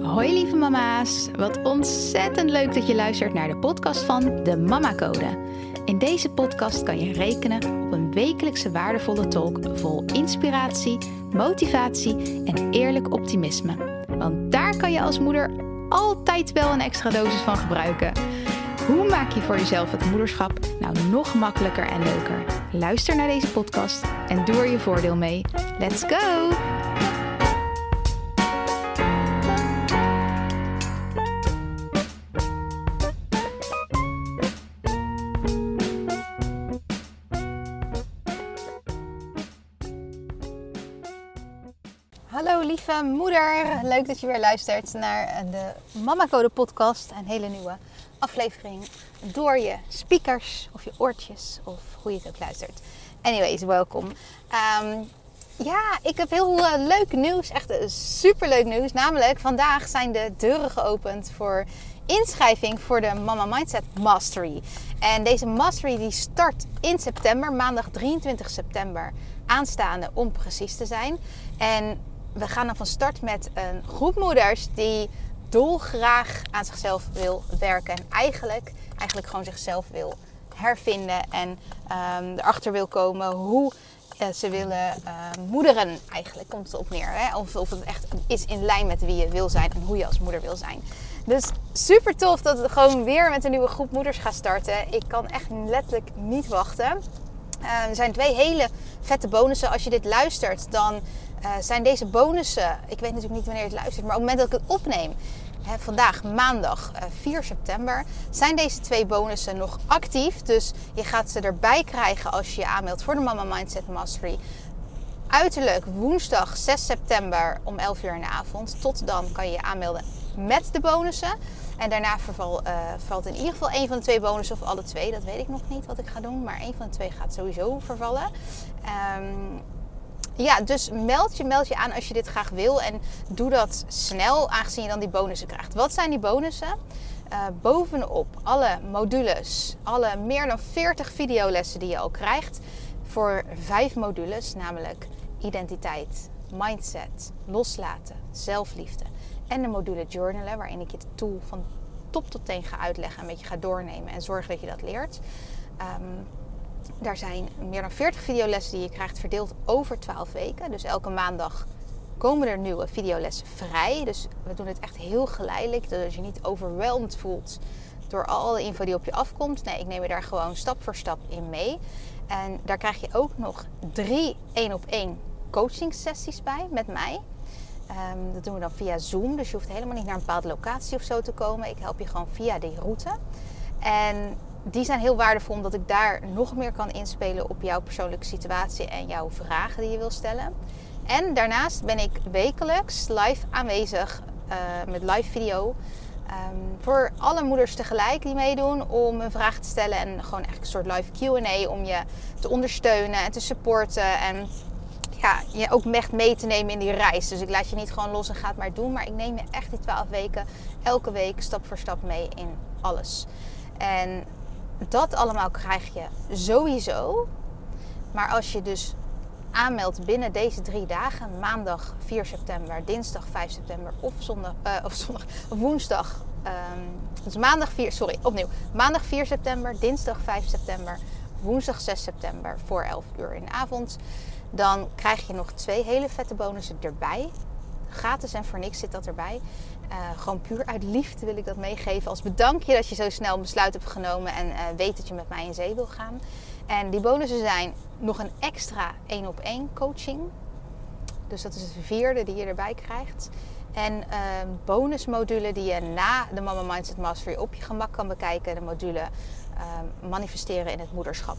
Hoi lieve mama's, wat ontzettend leuk dat je luistert naar de podcast van de Mama Code. In deze podcast kan je rekenen op een wekelijkse waardevolle talk vol inspiratie, motivatie en eerlijk optimisme. Want daar kan je als moeder altijd wel een extra dosis van gebruiken. Hoe maak je voor jezelf het moederschap nou nog makkelijker en leuker? Luister naar deze podcast en doe er je voordeel mee. Let's go! Hallo lieve moeder, leuk dat je weer luistert naar de Mama Code podcast. Een hele nieuwe aflevering door je speakers of je oortjes of hoe je het ook luistert. Anyways, welkom. Ik heb heel leuk nieuws, echt superleuk nieuws. Namelijk vandaag zijn de deuren geopend voor inschrijving voor de Mama Mindset Mastery. En deze Mastery die start in september, maandag 23 september aanstaande om precies te zijn. En we gaan dan van start met een groep moeders die dolgraag aan zichzelf wil werken. En eigenlijk gewoon zichzelf wil hervinden en erachter wil komen hoe ze willen moederen. Eigenlijk komt het op neer. Hè? Of het echt is in lijn met wie je wil zijn en hoe je als moeder wil zijn. Dus super tof dat we gewoon weer met een nieuwe groep moeders gaan starten. Ik kan echt letterlijk niet wachten. Er zijn 2 hele vette bonussen. Als je dit luistert, dan zijn deze bonussen... Ik weet natuurlijk niet wanneer je het luistert, maar op het moment dat ik het opneem... vandaag, maandag 4 september... zijn deze 2 bonussen nog actief. Dus je gaat ze erbij krijgen als je je aanmeldt voor de Mama Mindset Mastery. Uiterlijk woensdag 6 september om 11 uur in de avond. Tot dan kan je je aanmelden met de bonussen. En daarna valt in ieder geval 1 van de 2 bonussen of alle 2. Dat weet ik nog niet wat ik ga doen. Maar 1 van de 2 gaat sowieso vervallen. Dus meld je aan als je dit graag wil. En doe dat snel, aangezien je dan die bonussen krijgt. Wat zijn die bonussen? Bovenop alle modules, alle meer dan 40 videolessen die je al krijgt. Voor 5 modules, namelijk identiteit, mindset, loslaten, zelfliefde. En de module journalen, waarin ik je de tool van top tot teen ga uitleggen en met je ga doornemen en zorgen dat je dat leert. Daar zijn meer dan 40 videolessen die je krijgt verdeeld over 12 weken. Dus elke maandag komen er nieuwe videolessen vrij. Dus we doen het echt heel geleidelijk, zodat je niet overweldigd voelt door alle info die op je afkomt. Nee, ik neem je daar gewoon stap voor stap in mee. En daar krijg je ook nog 3 1-op-1 coaching sessies bij met mij. Dat doen we dan via Zoom. Dus je hoeft helemaal niet naar een bepaalde locatie of zo te komen. Ik help je gewoon via die route. En die zijn heel waardevol omdat ik daar nog meer kan inspelen op jouw persoonlijke situatie en jouw vragen die je wil stellen. En daarnaast ben ik wekelijks live aanwezig met live video. Voor alle moeders tegelijk die meedoen om een vraag te stellen. En gewoon echt een soort live Q&A om je te ondersteunen en te supporten. En je ook echt mee te nemen in die reis. Dus ik laat je niet gewoon los en ga het maar doen. Maar ik neem je echt die 12 weken, elke week stap voor stap mee in alles. En dat allemaal krijg je sowieso. Maar als je dus aanmeldt binnen deze 3 dagen, maandag 4 september, dinsdag 5 september of woensdag. Dus maandag 4 september, dinsdag 5 september, woensdag 6 september voor 11 uur in de avond. Dan krijg je nog 2 hele vette bonussen erbij. Gratis en voor niks zit dat erbij. Gewoon puur uit liefde wil ik dat meegeven. Als bedankje dat je zo snel een besluit hebt genomen en weet dat je met mij in zee wil gaan. En die bonussen zijn nog een extra 1-op-1 coaching. Dus dat is het 4e die je erbij krijgt. En bonusmodule die je na de Mama Mindset Mastery op je gemak kan bekijken. De module manifesteren in het moederschap.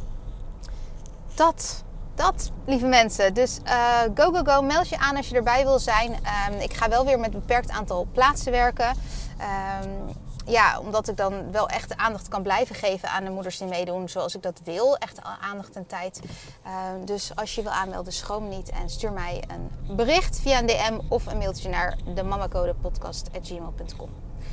Dat, lieve mensen. Dus go. Meld je aan als je erbij wil zijn. Ik ga wel weer met een beperkt aantal plaatsen werken. Omdat ik dan wel echt de aandacht kan blijven geven aan de moeders die meedoen zoals ik dat wil. Echt aandacht en tijd. Dus als je wil aanmelden, schroom niet. En stuur mij een bericht via een DM of een mailtje naar de mamacodepodcast@gmail.com.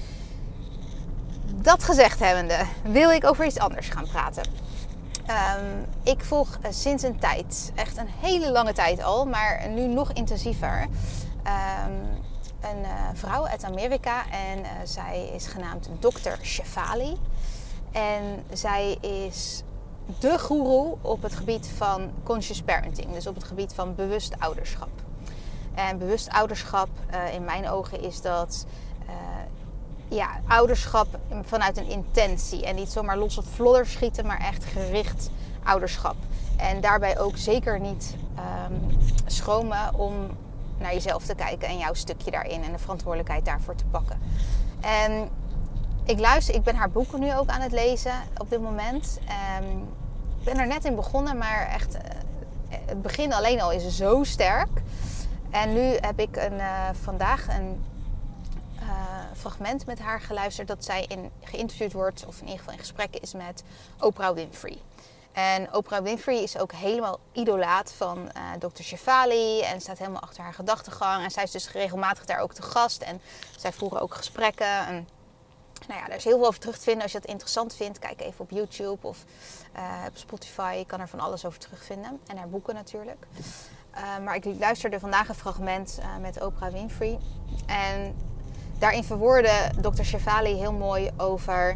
Dat gezegd hebbende, wil ik over iets anders gaan praten. Ik volg sinds een tijd, echt een hele lange tijd al, maar nu nog intensiever, een vrouw uit Amerika en zij is genaamd Dr. Shefali. En zij is de goeroe op het gebied van conscious parenting, dus op het gebied van bewust ouderschap. En bewust ouderschap in mijn ogen is dat ouderschap vanuit een intentie en niet zomaar los op vlodder schieten, maar echt gericht ouderschap. En daarbij ook zeker niet schromen om naar jezelf te kijken en jouw stukje daarin en de verantwoordelijkheid daarvoor te pakken. En ik ben haar boeken nu ook aan het lezen op dit moment. Ik ben er net in begonnen, maar echt het begin alleen al is zo sterk. En nu heb ik vandaag een fragment met haar geluisterd dat zij geïnterviewd wordt, of in ieder geval in gesprek is met Oprah Winfrey. En Oprah Winfrey is ook helemaal idolaat van Dr. Shefali en staat helemaal achter haar gedachtegang. En zij is dus regelmatig daar ook te gast en zij voeren ook gesprekken. En, daar is heel veel over terug te vinden. Als je dat interessant vindt, kijk even op YouTube of op Spotify. Je kan er van alles over terugvinden. En haar boeken natuurlijk. Maar ik luisterde vandaag een fragment met Oprah Winfrey. En daarin verwoordde Dr. Shefali heel mooi over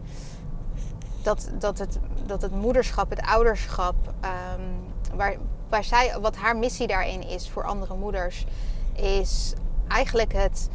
dat het moederschap, het ouderschap, wat haar missie daarin is voor andere moeders, is eigenlijk het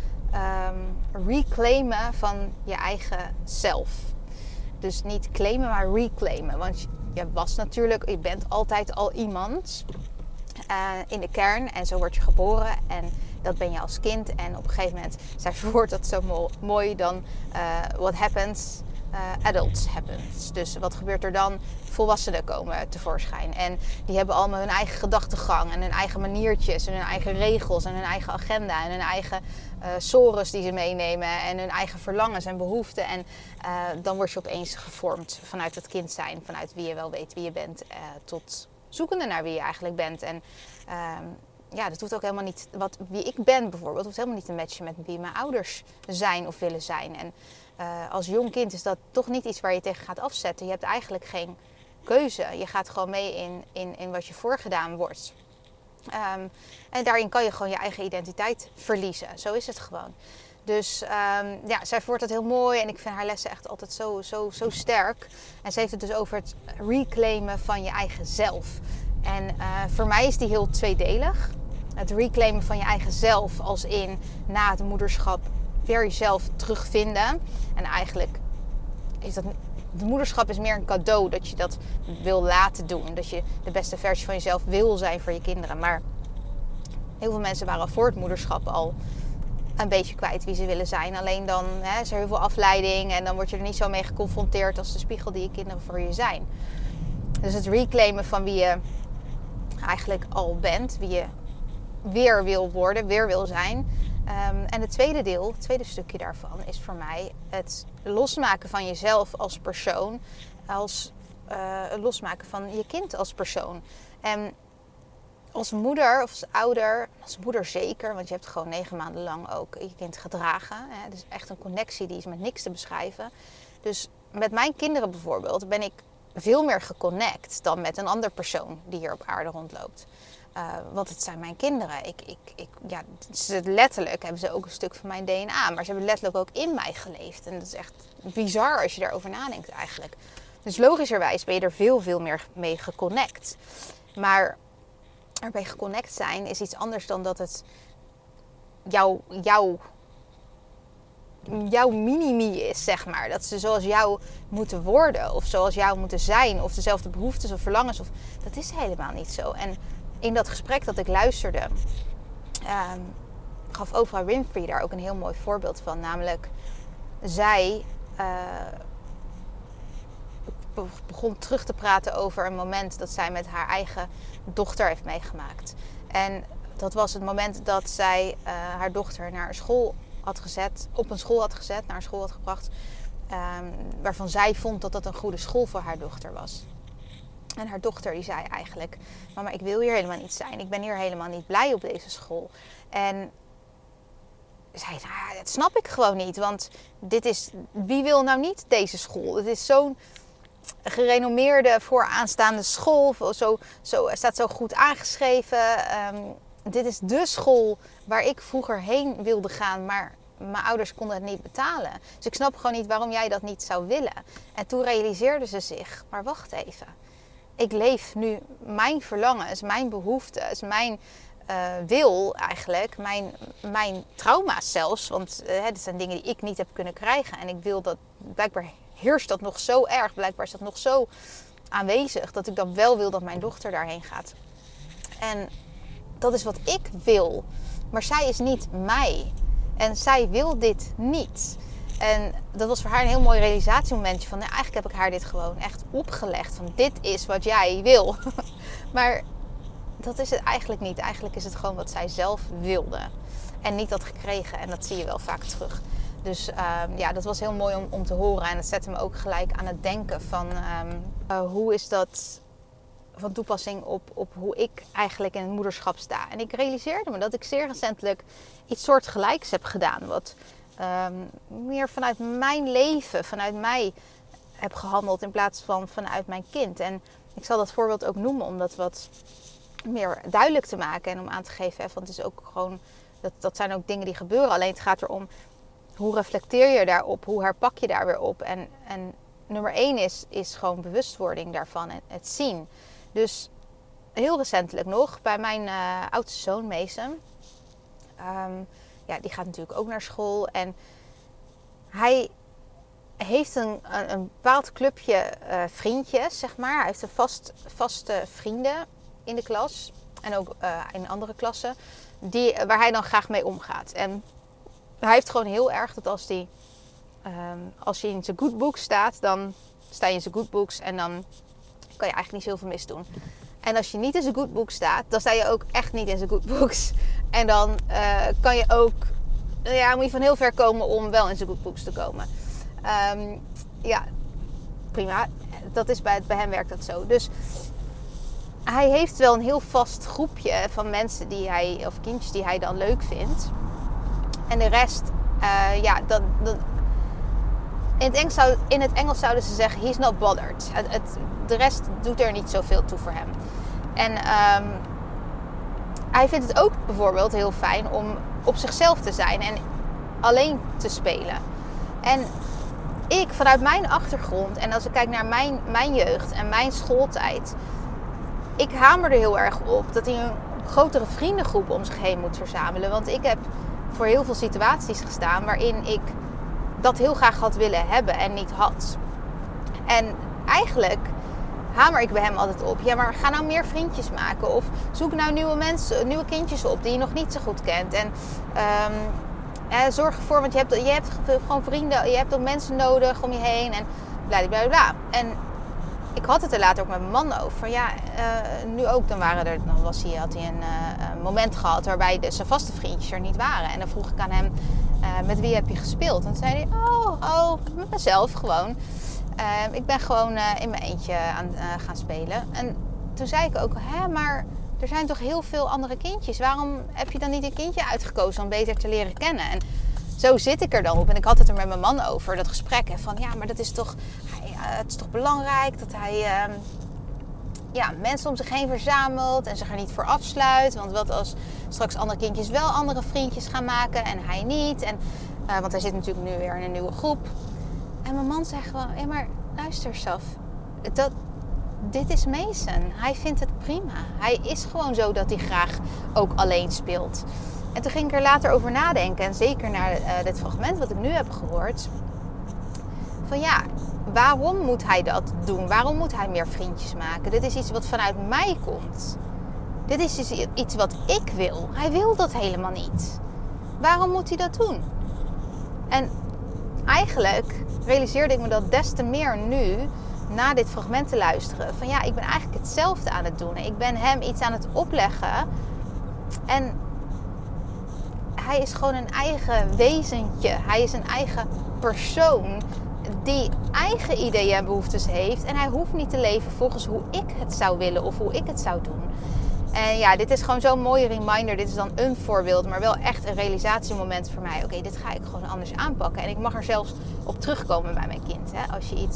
reclaimen van je eigen zelf. Dus niet claimen, maar reclaimen. Want je bent altijd al iemand in de kern en zo word je geboren en dat ben je als kind. En op een gegeven moment, zij verwoordt dat zo mooi dan, what happens, adults happens. Dus wat gebeurt er dan? Volwassenen komen tevoorschijn. En die hebben allemaal hun eigen gedachtegang en hun eigen maniertjes en hun eigen regels en hun eigen agenda en hun eigen sores die ze meenemen en hun eigen verlangens en behoeften. En dan word je opeens gevormd vanuit het kind zijn, vanuit wie je wel weet wie je bent, tot zoekende naar wie je eigenlijk bent. En dat hoeft ook helemaal niet, wie ik ben bijvoorbeeld, hoeft helemaal niet te matchen met wie mijn ouders zijn of willen zijn. En als jong kind is dat toch niet iets waar je tegen gaat afzetten. Je hebt eigenlijk geen keuze. Je gaat gewoon mee in wat je voorgedaan wordt. En daarin kan je gewoon je eigen identiteit verliezen. Zo is het gewoon. Dus zij voert het heel mooi en ik vind haar lessen echt altijd zo sterk. En ze heeft het dus over het reclaimen van je eigen zelf. En voor mij is die heel tweedelig. Het reclaimen van je eigen zelf als in na het moederschap weer jezelf terugvinden. En eigenlijk is dat, de moederschap is meer een cadeau dat je dat wil laten doen. Dat je de beste versie van jezelf wil zijn voor je kinderen. Maar heel veel mensen waren voor het moederschap al een beetje kwijt wie ze willen zijn. Alleen dan is er heel veel afleiding en dan word je er niet zo mee geconfronteerd als de spiegel die je kinderen voor je zijn. Dus het reclaimen van wie je eigenlijk al bent, wie je weer wil worden, weer wil zijn. En het tweede stukje daarvan is voor mij het losmaken van jezelf als persoon, het losmaken van je kind als persoon. En als moeder of als ouder, als moeder zeker, want je hebt gewoon 9 maanden lang ook je kind gedragen. Het is echt een connectie die is met niks te beschrijven. Dus met mijn kinderen bijvoorbeeld ben ik veel meer geconnect dan met een ander persoon die hier op aarde rondloopt. Want het zijn mijn kinderen. Letterlijk hebben ze ook een stuk van mijn DNA. Maar ze hebben letterlijk ook in mij geleefd. En dat is echt bizar als je daarover nadenkt eigenlijk. Dus logischerwijs ben je er veel meer mee geconnect. Maar erbij geconnect zijn is iets anders dan dat het jouw mini-me is, zeg maar. Dat ze zoals jou moeten worden of zoals jou moeten zijn of dezelfde behoeftes of verlangens. Dat is helemaal niet zo. En in dat gesprek dat ik luisterde, gaf Oprah Winfrey daar ook een heel mooi voorbeeld van. Namelijk, zij begon terug te praten over een moment dat zij met haar eigen dochter heeft meegemaakt. En dat was het moment dat zij haar dochter naar een school had gezet, naar een school had gebracht, waarvan zij vond dat dat een goede school voor haar dochter was. En haar dochter die zei eigenlijk, mama, ik wil hier helemaal niet zijn. Ik ben hier helemaal niet blij op deze school. En zei, dat snap ik gewoon niet. Want wie wil nou niet deze school? Het is zo'n gerenommeerde vooraanstaande school. Het staat zo goed aangeschreven. dit is de school waar ik vroeger heen wilde gaan, maar mijn ouders konden het niet betalen. Dus ik snap gewoon niet waarom jij dat niet zou willen. En toen realiseerden ze zich, maar wacht even. Ik leef nu mijn verlangens, mijn behoeftes, mijn wil eigenlijk, mijn trauma's zelfs. Want dit zijn dingen die ik niet heb kunnen krijgen. En ik wil dat, blijkbaar heerst dat nog zo erg. Blijkbaar is dat nog zo aanwezig dat ik dan wel wil dat mijn dochter daarheen gaat. En dat is wat ik wil. Maar zij is niet mij. En zij wil dit niet. En dat was voor haar een heel mooi realisatiemomentje. Van, eigenlijk heb ik haar dit gewoon echt opgelegd. Van, dit is wat jij wil. Maar dat is het eigenlijk niet. Eigenlijk is het gewoon wat zij zelf wilde. En niet had gekregen. En dat zie je wel vaak terug. Dus dat was heel mooi om te horen. En dat zette me ook gelijk aan het denken van... hoe is dat van toepassing op hoe ik eigenlijk in het moederschap sta. En ik realiseerde me dat ik zeer recentelijk iets soortgelijks heb gedaan. Wat meer vanuit mijn leven, vanuit mij heb gehandeld in plaats van vanuit mijn kind. En ik zal dat voorbeeld ook noemen om dat wat meer duidelijk te maken. En om aan te geven, want het is ook gewoon... Dat zijn ook dingen die gebeuren. Alleen het gaat erom, hoe reflecteer je daarop? Hoe herpak je daar weer op? En nummer 1 is gewoon bewustwording daarvan en het zien. Dus heel recentelijk nog, bij mijn oudste zoon Mason. Die gaat natuurlijk ook naar school. En hij heeft een bepaald clubje vriendjes, zeg maar. Hij heeft een vaste vrienden in de klas. En ook in andere klassen. Waar hij dan graag mee omgaat. En hij heeft gewoon heel erg dat als je in zijn good books staat, dan sta je in zijn good books en dan kan je eigenlijk niet zoveel misdoen. En als je niet in zijn good books staat, dan sta je ook echt niet in zijn good books. En dan kan je ook, moet je van heel ver komen om wel in zijn good books te komen. Prima. Dat is bij hem werkt dat zo. Dus hij heeft wel een heel vast groepje van mensen of kindjes die hij dan leuk vindt. En de rest, in het Engels zouden ze zeggen, he's not bothered. De rest doet er niet zoveel toe voor hem. En hij vindt het ook bijvoorbeeld heel fijn om op zichzelf te zijn en alleen te spelen. En ik, vanuit mijn achtergrond, en als ik kijk naar mijn jeugd en mijn schooltijd, ik hamer er heel erg op dat hij een grotere vriendengroep om zich heen moet verzamelen. Want ik heb voor heel veel situaties gestaan waarin ik dat heel graag had willen hebben en niet had. En eigenlijk hamer ik bij hem altijd op. Ja, maar ga nou meer vriendjes maken. Of zoek nou nieuwe kindjes op die je nog niet zo goed kent. En zorg ervoor, want je hebt gewoon vrienden. Je hebt ook mensen nodig om je heen. En bladibladibla. En ik had het er later ook met mijn man over. Van nu ook. Dan had hij een moment gehad waarbij zijn vaste vriendjes er niet waren. En dan vroeg ik aan hem, met wie heb je gespeeld? En toen zei hij, met mezelf gewoon. Ik ben gewoon in mijn eentje gaan spelen. En toen zei ik ook, maar er zijn toch heel veel andere kindjes. Waarom heb je dan niet een kindje uitgekozen om beter te leren kennen? En zo zit ik er dan op. En ik had het er met mijn man over, dat gesprek. Van maar dat is toch, het is toch belangrijk dat hij mensen om zich heen verzamelt en zich er niet voor afsluit. Want wat als straks andere kindjes wel andere vriendjes gaan maken en hij niet? Want hij zit natuurlijk nu weer in een nieuwe groep. En mijn man zei gewoon, maar luister Saf, dit is Mason. Hij vindt het prima. Hij is gewoon zo dat hij graag ook alleen speelt. En toen ging ik er later over nadenken. En zeker naar dit fragment wat ik nu heb gehoord. Van waarom moet hij dat doen? Waarom moet hij meer vriendjes maken? Dit is iets wat vanuit mij komt. Dit is dus iets wat ik wil. Hij wil dat helemaal niet. Waarom moet hij dat doen? En eigenlijk realiseerde ik me dat des te meer nu, na dit fragment te luisteren. Van ik ben eigenlijk hetzelfde aan het doen. Ik ben hem iets aan het opleggen. En hij is gewoon een eigen wezentje. Hij is een eigen persoon die eigen ideeën en behoeftes heeft. En hij hoeft niet te leven volgens hoe ik het zou willen of hoe ik het zou doen. En dit is gewoon zo'n mooie reminder. Dit is dan een voorbeeld, maar wel echt een realisatiemoment voor mij. Oké, dit ga ik gewoon anders aanpakken. En ik mag er zelfs op terugkomen bij mijn kind. Als je iets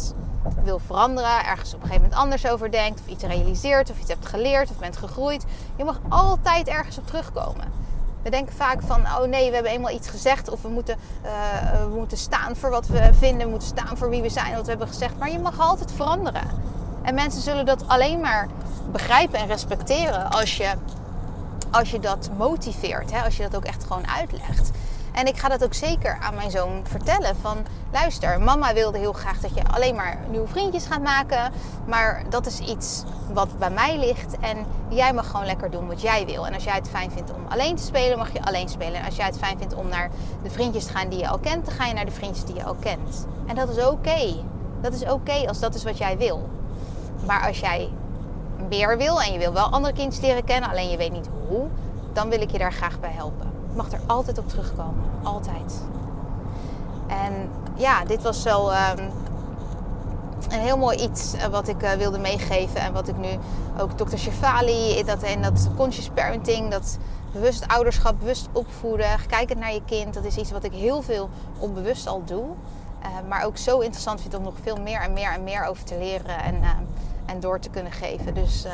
wil veranderen, ergens op een gegeven moment anders over denkt, of iets realiseert, of iets hebt geleerd, of bent gegroeid. Je mag altijd ergens op terugkomen. We denken vaak van, oh nee, we hebben eenmaal iets gezegd, of we moeten staan voor wat we vinden, we moeten staan voor wie we zijn, wat we hebben gezegd. Maar je mag altijd veranderen. En mensen zullen dat alleen maar begrijpen en respecteren als je dat motiveert, hè? Als je dat ook echt gewoon uitlegt. En ik ga dat ook zeker aan mijn zoon vertellen. Van luister, mama wilde heel graag dat je alleen maar nieuwe vriendjes gaat maken. Maar dat is iets wat bij mij ligt. En jij mag gewoon lekker doen wat jij wil. En als jij het fijn vindt om alleen te spelen, mag je alleen spelen. En als jij het fijn vindt om naar de vriendjes te gaan die je al kent, dan ga je naar de vriendjes die je al kent. En dat is oké. Dat is oké als dat is wat jij wil. Maar als jij meer wil en je wil wel andere kindjes leren kennen, alleen je weet niet hoe, dan wil ik je daar graag bij helpen. Je mag er altijd op terugkomen. Altijd. En ja, dit was wel een heel mooi iets wat ik wilde meegeven. En wat ik nu ook Dr. Shefali, dat conscious parenting, dat bewust ouderschap, bewust opvoeden, kijkend naar je kind. Dat is iets wat ik heel veel onbewust al doe. Maar ook zo interessant vind om nog veel meer en meer en meer over te leren en door te kunnen geven. Dus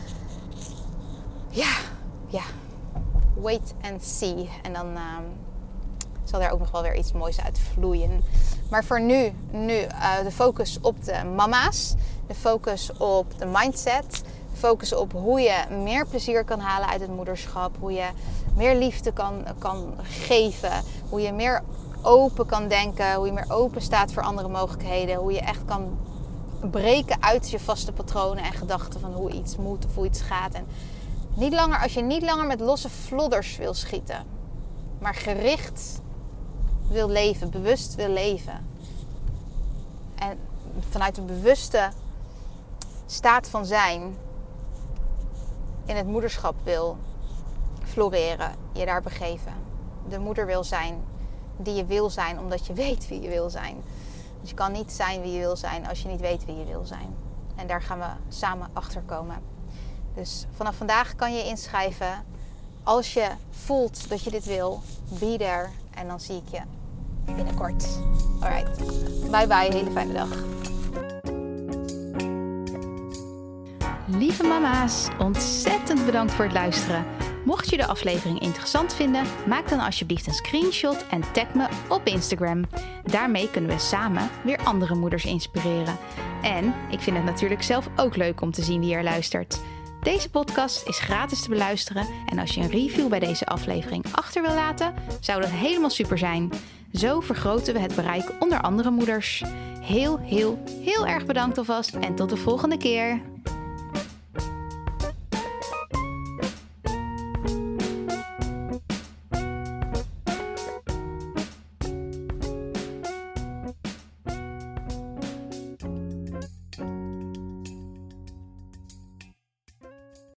ja. Wait and see. En dan zal daar ook nog wel weer iets moois uit vloeien. Maar voor nu de focus op de mama's. De focus op de mindset. De focus op hoe je meer plezier kan halen uit het moederschap. Hoe je meer liefde kan geven. Hoe je meer open kan denken. Hoe je meer open staat voor andere mogelijkheden. Hoe je echt kan breken uit je vaste patronen en gedachten van hoe iets moet of hoe iets gaat. En als je niet langer met losse vlodders wil schieten, maar gericht wil leven, bewust wil leven. En vanuit een bewuste staat van zijn in het moederschap wil floreren, je daar begeven. De moeder wil zijn die je wil zijn, omdat je weet wie je wil zijn. Dus je kan niet zijn wie je wil zijn als je niet weet wie je wil zijn. En daar gaan we samen achter komen. Dus vanaf vandaag kan je inschrijven. Als je voelt dat je dit wil, be there. En dan zie ik je binnenkort. Alright. Bye bye. Hele fijne dag. Lieve mama's, ontzettend bedankt voor het luisteren. Mocht je de aflevering interessant vinden, maak dan alsjeblieft een screenshot en tag me op Instagram. Daarmee kunnen we samen weer andere moeders inspireren. En ik vind het natuurlijk zelf ook leuk om te zien wie er luistert. Deze podcast is gratis te beluisteren en als je een review bij deze aflevering achter wil laten, zou dat helemaal super zijn. Zo vergroten we het bereik onder andere moeders. Heel erg bedankt alvast en tot de volgende keer.